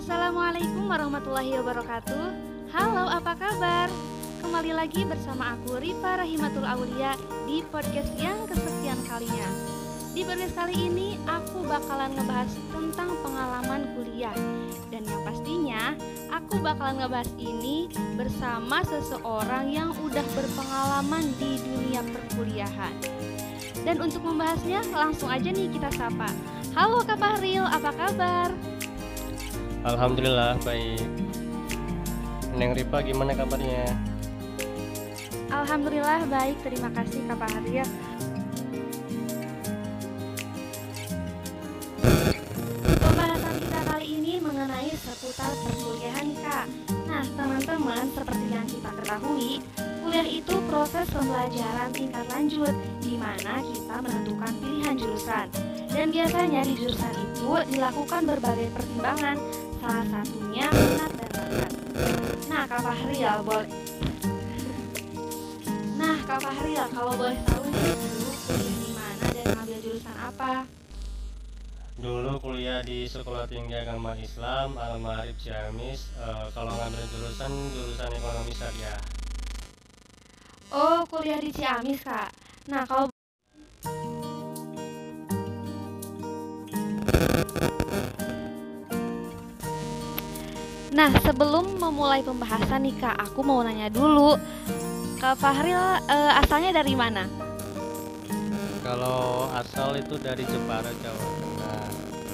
Assalamualaikum warahmatullahi wabarakatuh. Halo, apa kabar? Kembali lagi bersama aku Rifa Rahimatul Aulia di podcast yang kesekian kalinya. Di podcast kali ini aku bakalan ngebahas tentang pengalaman kuliah. Dan yang pastinya aku bakalan ngebahas ini bersama seseorang yang udah berpengalaman di dunia perkuliahan. Dan untuk membahasnya langsung aja nih kita sapa. Halo Kak Fahril, apa kabar? Alhamdulillah baik. Neng Rifa gimana kabarnya? Alhamdulillah baik, terima kasih Kak Fahril. Pembahasan kita kali ini mengenai seputar perkuliahan nih Kak. Nah teman-teman, seperti yang kita ketahui, kuliah itu proses pembelajaran tingkat lanjut di mana kita menentukan pilihan jurusan. Dan biasanya di jurusan itu dilakukan berbagai pertimbangan, salah satunya minat dan bakat. Nah Kak Fahril, kalau boleh tahu nih, dulu kuliah di mana dan ngambil jurusan apa? Dulu kuliah di Sekolah Tinggi Agama Islam Al-Ma'arif Ciamis. Kalau ngambil jurusan ekonomi syariah. Oh, kuliah di Ciamis Kak. Nah kalau sebelum memulai pembahasan nih Kak, aku mau nanya dulu, Kak Fahril asalnya dari mana? Kalau asal itu dari Jepara, Jawa Tengah.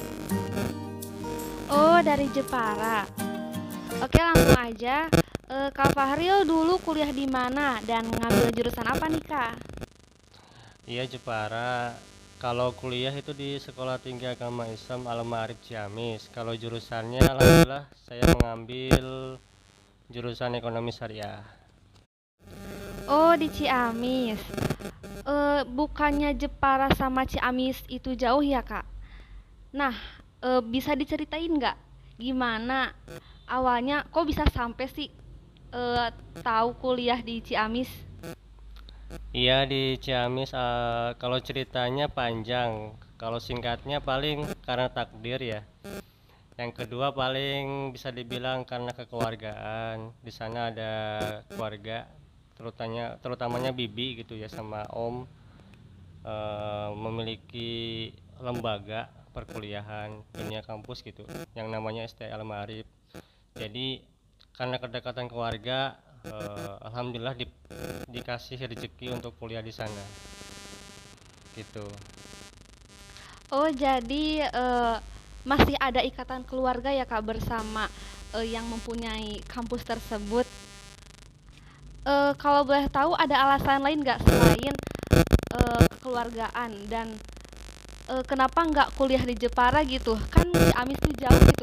Oh, dari Jepara. Oke, langsung aja. Kak Fahril dulu kuliah di mana dan ngambil jurusan apa nih Kak? Iya, Jepara. Kalau kuliah itu di Sekolah Tinggi Agama Islam Al-Ma'arif Ciamis. Kalau jurusannya alhamdulillah saya mengambil jurusan ekonomi syariah. Oh, di Ciamis. Bukannya Jepara sama Ciamis itu jauh ya Kak? Nah, bisa diceritain nggak gimana awalnya kok bisa sampai sih tahu kuliah di Ciamis? Iya di Ciamis, kalau ceritanya panjang. Kalau singkatnya paling karena takdir ya. Yang kedua paling bisa dibilang karena kekeluargaan. Di sana ada keluarga, terutamanya bibi gitu ya sama om, memiliki lembaga perkuliahan dunia kampus gitu yang namanya STL Ma'arif. Jadi karena kedekatan keluarga, alhamdulillah dikasih rezeki untuk kuliah di sana gitu. Oh, jadi masih ada ikatan keluarga ya Kak bersama yang mempunyai kampus tersebut. Kalau boleh tahu ada alasan lain nggak selain kekeluargaan dan kenapa nggak kuliah di Jepara gitu? Kan Ciamis tuh jauh gitu.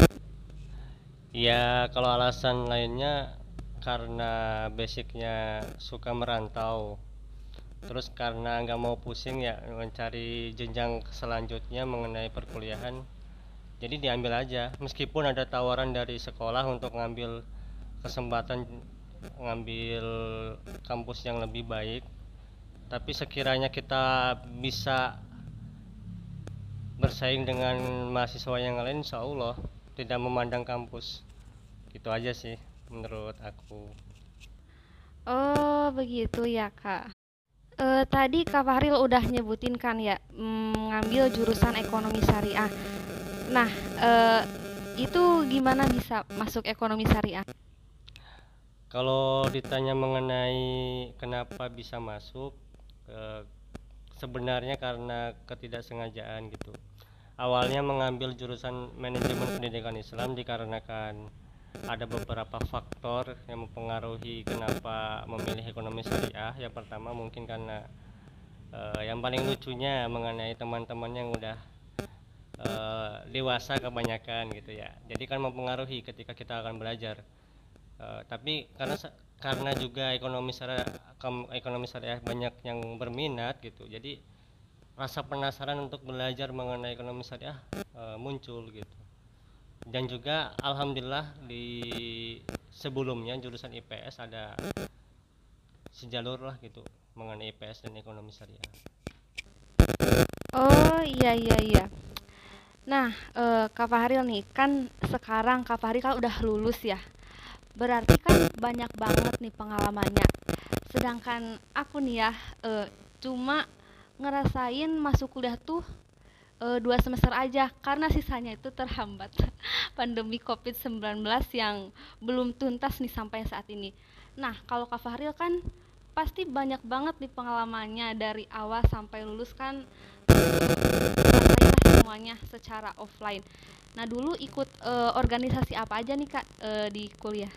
Ya kalau alasan lainnya karena basicnya suka merantau, terus karena nggak mau pusing ya mencari jenjang selanjutnya mengenai perkuliahan, jadi diambil aja meskipun ada tawaran dari sekolah untuk ngambil kesempatan ngambil kampus yang lebih baik, tapi sekiranya kita bisa bersaing dengan mahasiswa yang lain, insya Allah tidak memandang kampus. Gitu aja sih menurut aku. Oh, begitu ya Kak. Tadi Kak Fahril udah nyebutin kan ya, ngambil jurusan ekonomi syariah. Nah, itu gimana bisa masuk ekonomi syariah? Kalau ditanya mengenai kenapa bisa masuk, eh, sebenarnya karena ketidaksengajaan gitu. Awalnya mengambil jurusan manajemen pendidikan Islam dikarenakan ada beberapa faktor yang mempengaruhi kenapa memilih ekonomi syariah. Yang pertama mungkin karena yang paling lucunya mengenai teman-teman yang udah dewasa kebanyakan gitu ya. Jadi kan mempengaruhi ketika kita akan belajar. Tapi karena juga ekonomi syariah banyak yang berminat gitu. Jadi rasa penasaran untuk belajar mengenai ekonomi syariah muncul gitu. Dan juga alhamdulillah di sebelumnya jurusan IPS ada sejalur lah gitu mengenai IPS dan ekonomi syariah. Oh, iya iya iya. Nah, Kak Fahril nih, kan sekarang Kak Fahril kan udah lulus ya. Berarti kan banyak banget nih pengalamannya. Sedangkan aku nih ya, cuma ngerasain masuk kuliah tuh 2 semester aja karena sisanya itu terhambat pandemi COVID-19 yang belum tuntas nih sampai saat ini. Nah, kalau Kak Fahril kan pasti banyak banget nih pengalamannya dari awal sampai lulus kan, ngerasain semuanya secara offline. Nah, dulu ikut organisasi apa aja nih Kak di kuliah?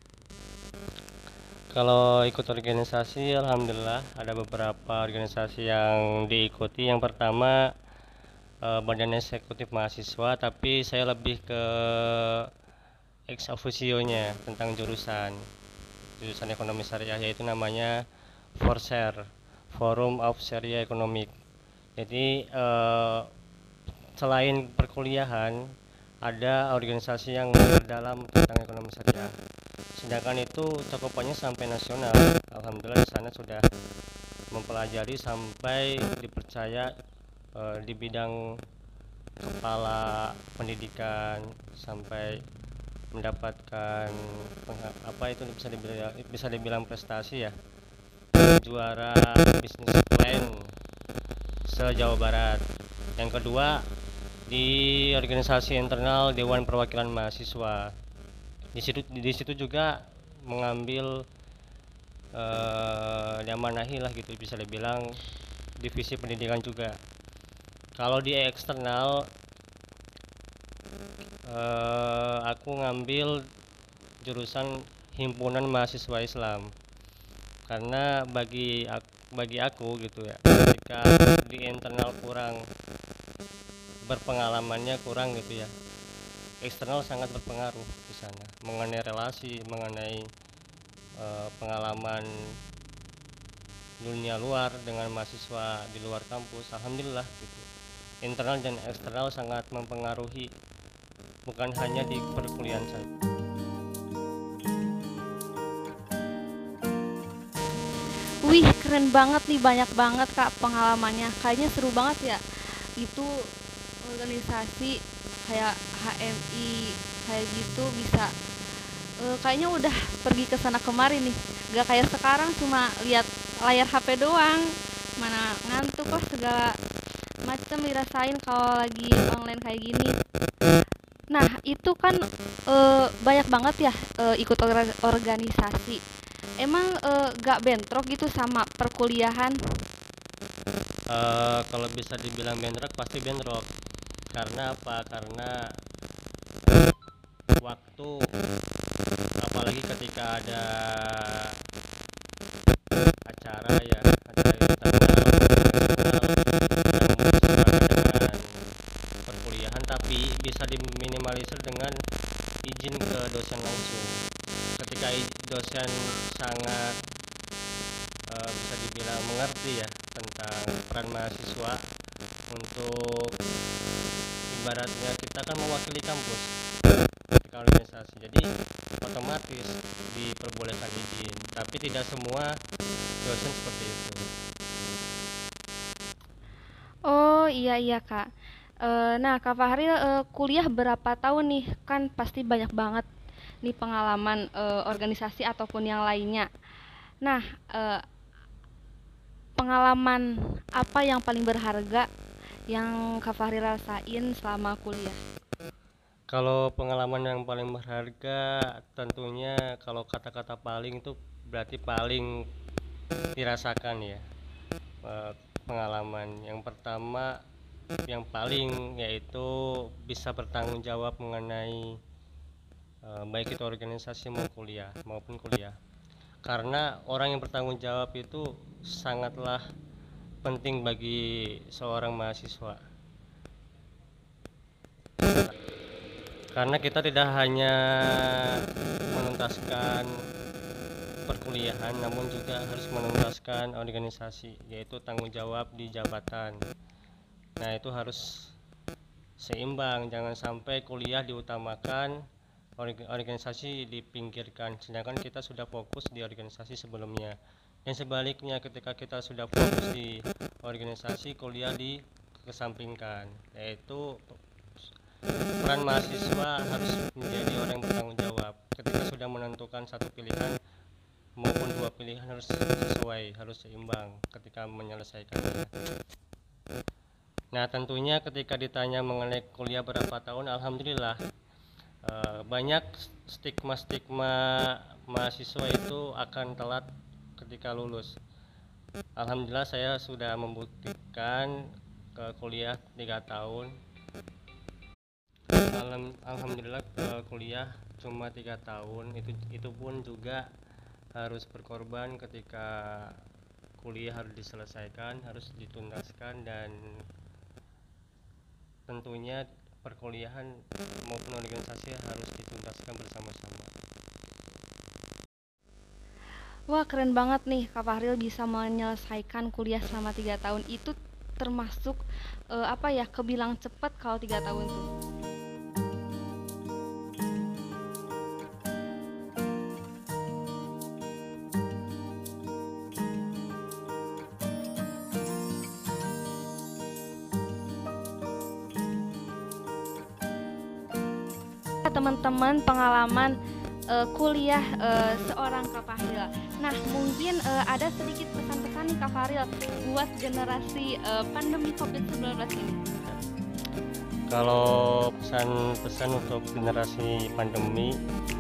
Kalau ikut organisasi, alhamdulillah ada beberapa organisasi yang diikuti. Yang pertama Badan Eksekutif Mahasiswa, tapi saya lebih ke ex officio-nya tentang jurusan jurusan ekonomi syariah, yaitu namanya Forser, Forum of Syariah Economic. Jadi selain perkuliahan ada organisasi yang dalam tentang ekonomi syariah. Sedangkan itu cakupannya sampai nasional. Alhamdulillah di sana sudah mempelajari sampai dipercaya di bidang kepala pendidikan, sampai mendapatkan apa itu bisa dibilang prestasi ya, juara bisnis plan se-Jawa Barat. Yang kedua, di organisasi internal Dewan Perwakilan Mahasiswa. Di situ juga mengambil diamanahi lah gitu, bisa dibilang divisi pendidikan juga. Kalau di eksternal, aku ngambil jurusan Himpunan Mahasiswa Islam, karena bagi aku gitu ya, ketika di internal kurang berpengalamannya, kurang gitu ya, eksternal sangat berpengaruh di sana mengenai relasi, mengenai pengalaman dunia luar dengan mahasiswa di luar kampus. Alhamdulillah gitu, internal dan eksternal sangat mempengaruhi, bukan hanya di perkuliahan saja. Wih, keren banget nih, banyak banget Kak pengalamannya. Kayaknya seru banget ya. Itu organisasi kayak HMI kayak gitu bisa, kayaknya udah pergi ke sana kemari nih. Gak kayak sekarang cuma lihat layar HP doang. Mana ngantuk lah, segala macem dirasain kalau lagi online kayak gini. Nah, itu kan banyak banget ya ikut organisasi. Emang gak bentrok gitu sama perkuliahan? Kalau bisa dibilang bentrok, pasti bentrok. Karena apa? Karena waktu, apalagi ketika ada acara ya, acara internal yang berseberangan dengan perkuliahan, tapi bisa diminimalisir dengan izin ke dosen langsung. Ketika dosen sangat bisa dibilang mengerti ya tentang peran mahasiswa, untuk ibaratnya kita kan mewakili kampus ketika organisasi, jadi otomatis diperbolehkan izin, tapi tidak semua dosen seperti itu. Oh, iya iya Kak. Nah, Kak Fahril kuliah berapa tahun nih? Kan pasti banyak banget nih pengalaman organisasi ataupun yang lainnya. Nah, eh, pengalaman apa yang paling berharga yang Kak Fahril rasain selama kuliah? Kalau pengalaman yang paling berharga, tentunya kalau kata-kata paling itu berarti paling dirasakan ya. Eh, Pengalaman yang pertama, yang paling, yaitu bisa bertanggung jawab mengenai baik itu organisasi maupun kuliah. Karena orang yang bertanggung jawab itu sangatlah penting bagi seorang mahasiswa. Karena kita tidak hanya menuntaskan perkuliahan, namun juga harus menuntaskan organisasi, yaitu tanggung jawab di jabatan. Nah, itu harus seimbang, jangan sampai kuliah diutamakan, organisasi dipinggirkan, sedangkan kita sudah fokus di organisasi sebelumnya. Dan sebaliknya, ketika kita sudah fokus di organisasi, kuliah dikesampingkan, yaitu peran mahasiswa harus menjadi orang yang bertanggung jawab. Ketika sudah menentukan satu pilihan maupun dua pilihan harus sesuai, harus seimbang ketika menyelesaikannya. Nah, tentunya ketika ditanya mengenai kuliah berapa tahun, alhamdulillah banyak stigma-stigma mahasiswa itu akan telat ketika lulus. Alhamdulillah saya sudah membuktikan ke kuliah 3 tahun. Alhamdulillah kuliah cuma 3 tahun, itu pun juga harus berkorban ketika kuliah harus diselesaikan, harus dituntaskan, dan tentunya perkuliahan maupun organisasi harus dituntaskan bersama-sama. Wah, keren banget nih Kak Fahril bisa menyelesaikan kuliah selama 3 tahun. Itu termasuk kebilang cepat kalau 3 tahun tuh. Teman-teman, pengalaman kuliah seorang Kak Fahril. Nah, mungkin ada sedikit pesan-pesan nih Kak Fahril buat generasi pandemi COVID-19 ini. Kalau pesan-pesan untuk generasi pandemi,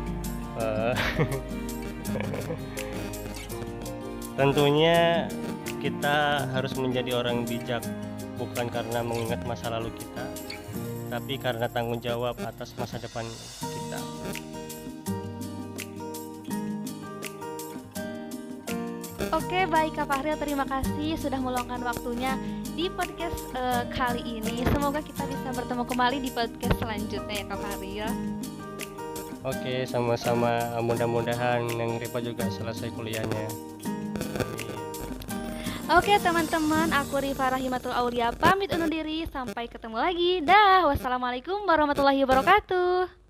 tentunya kita harus menjadi orang bijak, bukan karena mengingat masa lalu kita, tapi karena tanggung jawab atas masa depan kita. Oke, baik Kak Fahril, terima kasih sudah meluangkan waktunya di podcast kali ini. Semoga kita bisa bertemu kembali di podcast selanjutnya ya Kak Fahril. Oke, sama-sama. Mudah-mudahan Neng Ripa juga selesai kuliahnya. Oke teman-teman, aku Rifa Rahimatul Aulia pamit undur diri. Sampai ketemu lagi. Dah, wassalamualaikum warahmatullahi wabarakatuh.